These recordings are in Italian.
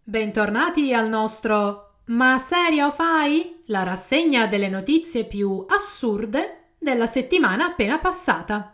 Bentornati al nostro Ma serio fai? La rassegna delle notizie più assurde della settimana appena passata.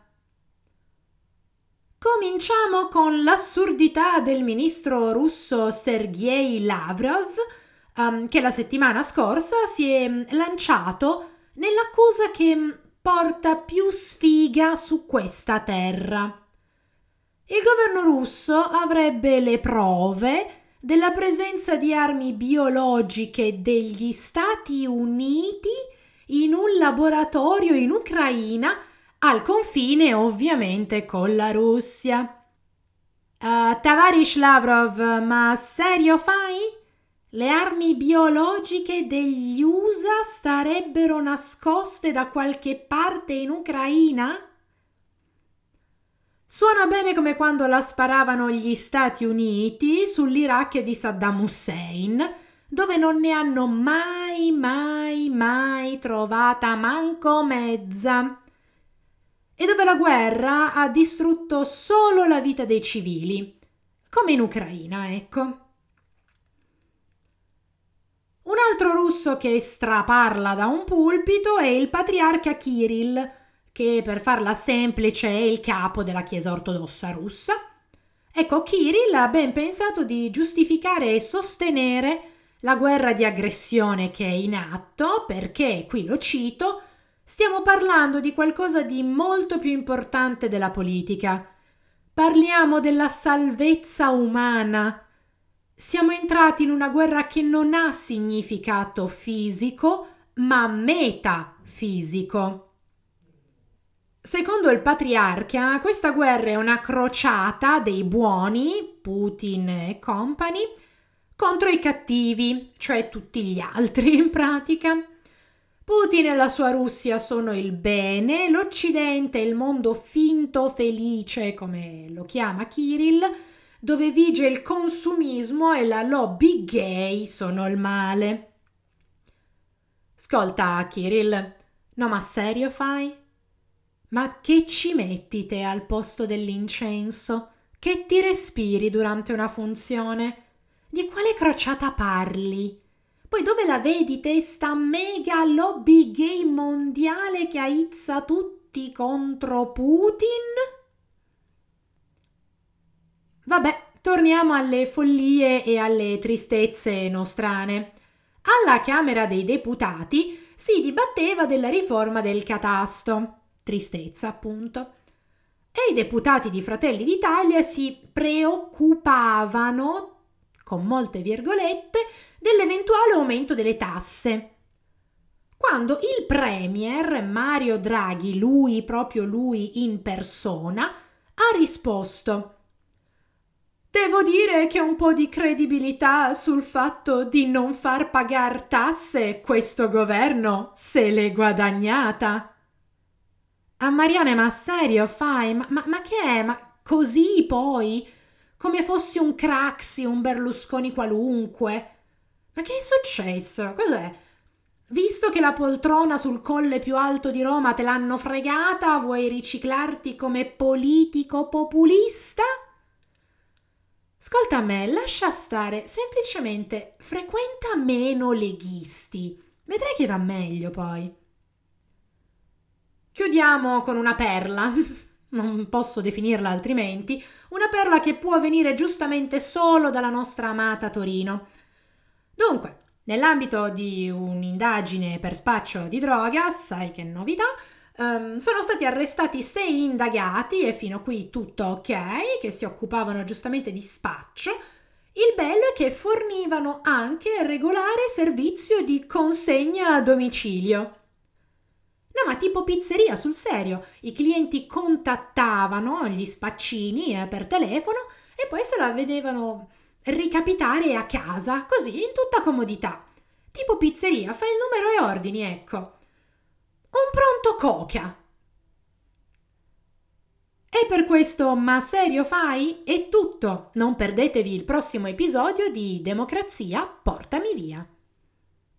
Cominciamo con l'assurdità del ministro russo Sergei Lavrov, che la settimana scorsa si è lanciato nell'accusa che porta più sfiga su questa terra. Il governo russo avrebbe le prove della presenza di armi biologiche degli Stati Uniti in un laboratorio in Ucraina, al confine ovviamente con la Russia. Tavarish Lavrov, ma serio fai? Le armi biologiche degli USA starebbero nascoste da qualche parte in Ucraina? Suona bene come quando la sparavano gli Stati Uniti sull'Iraq di Saddam Hussein, dove non ne hanno mai trovata manco mezza. E dove la guerra ha distrutto solo la vita dei civili, come in Ucraina, ecco. Un altro russo che straparla da un pulpito è il patriarca Kirill, che per farla semplice è il capo della Chiesa ortodossa russa. Ecco, Kirill ha ben pensato di giustificare e sostenere la guerra di aggressione che è in atto, perché, qui lo cito, stiamo parlando di qualcosa di molto più importante della politica. Parliamo della salvezza umana. Siamo entrati in una guerra che non ha significato fisico, ma metafisico. Secondo il patriarca, questa guerra è una crociata dei buoni, Putin e compagni, contro i cattivi, cioè tutti gli altri in pratica. Putin e la sua Russia sono il bene, l'Occidente e il mondo finto felice, come lo chiama Kirill, dove vige il consumismo e la lobby gay sono il male. Ascolta, Kirill, no, ma serio fai? Ma che ci metti te al posto dell'incenso? Che ti respiri durante una funzione? Di quale crociata parli? Poi dove la vedi te sta mega lobby gay mondiale che aizza tutti contro Putin? Vabbè, torniamo alle follie e alle tristezze nostrane. Alla Camera dei Deputati si dibatteva della riforma del catasto. Tristezza, appunto. E i deputati di Fratelli d'Italia si preoccupavano, con molte virgolette, dell'eventuale aumento delle tasse. Quando il premier Mario Draghi, proprio lui in persona, ha risposto: devo dire che un po' di credibilità sul fatto di non far pagare tasse questo governo se l'è guadagnata. Ah, Marione, ma serio fai? Ma che è? Ma così poi? Come fossi un Craxi, un Berlusconi qualunque? Ma che è successo? Cos'è? Visto che la poltrona sul colle più alto di Roma te l'hanno fregata, vuoi riciclarti come politico populista? Ascolta me, lascia stare, semplicemente frequenta meno leghisti. Vedrai che va meglio poi. Chiudiamo con una perla, non posso definirla altrimenti, una perla che può venire giustamente solo dalla nostra amata Torino. Dunque, nell'ambito di un'indagine per spaccio di droga, sai che novità, sono stati arrestati 6 indagati e fino a qui tutto ok, che si occupavano giustamente di spaccio. Il bello è che fornivano anche regolare servizio di consegna a domicilio. No, ma tipo pizzeria, sul serio. I clienti contattavano gli spaccini per telefono e poi se la vedevano ricapitare a casa, così in tutta comodità. Tipo pizzeria, fai il numero e ordini, ecco. Un pronto coca. E per questo Ma serio fai? È tutto. Non perdetevi il prossimo episodio di Democrazia, portami via.